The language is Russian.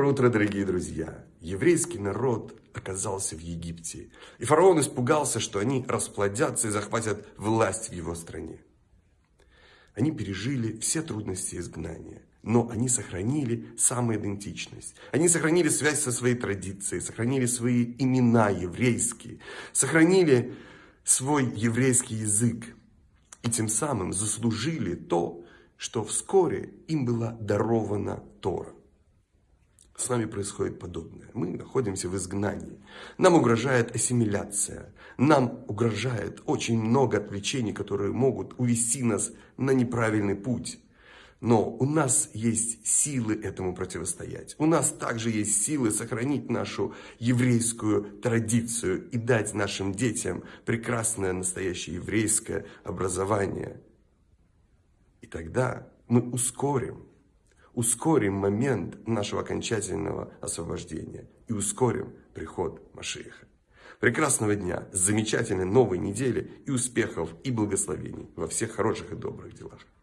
утро, дорогие друзья! Еврейский народ оказался в Египте. И фараон испугался, что они расплодятся и захватят власть в его стране. Они пережили все трудности изгнания, но они сохранили самоидентичность. Они сохранили связь со своей традицией, сохранили свои имена еврейские, сохранили свой еврейский язык. И тем самым заслужили то, что вскоре им была дарована Тора. С нами происходит подобное. Мы находимся в изгнании. Нам угрожает ассимиляция. Нам угрожает очень много отвлечений, которые могут увести нас на неправильный путь. Но у нас есть силы этому противостоять. У нас также есть силы сохранить нашу еврейскую традицию и дать нашим детям прекрасное настоящее еврейское образование. И тогда мы ускорим момент нашего окончательного освобождения и ускорим приход Машиаха. Прекрасного дня, замечательной новой недели и успехов и благословений во всех хороших и добрых делах.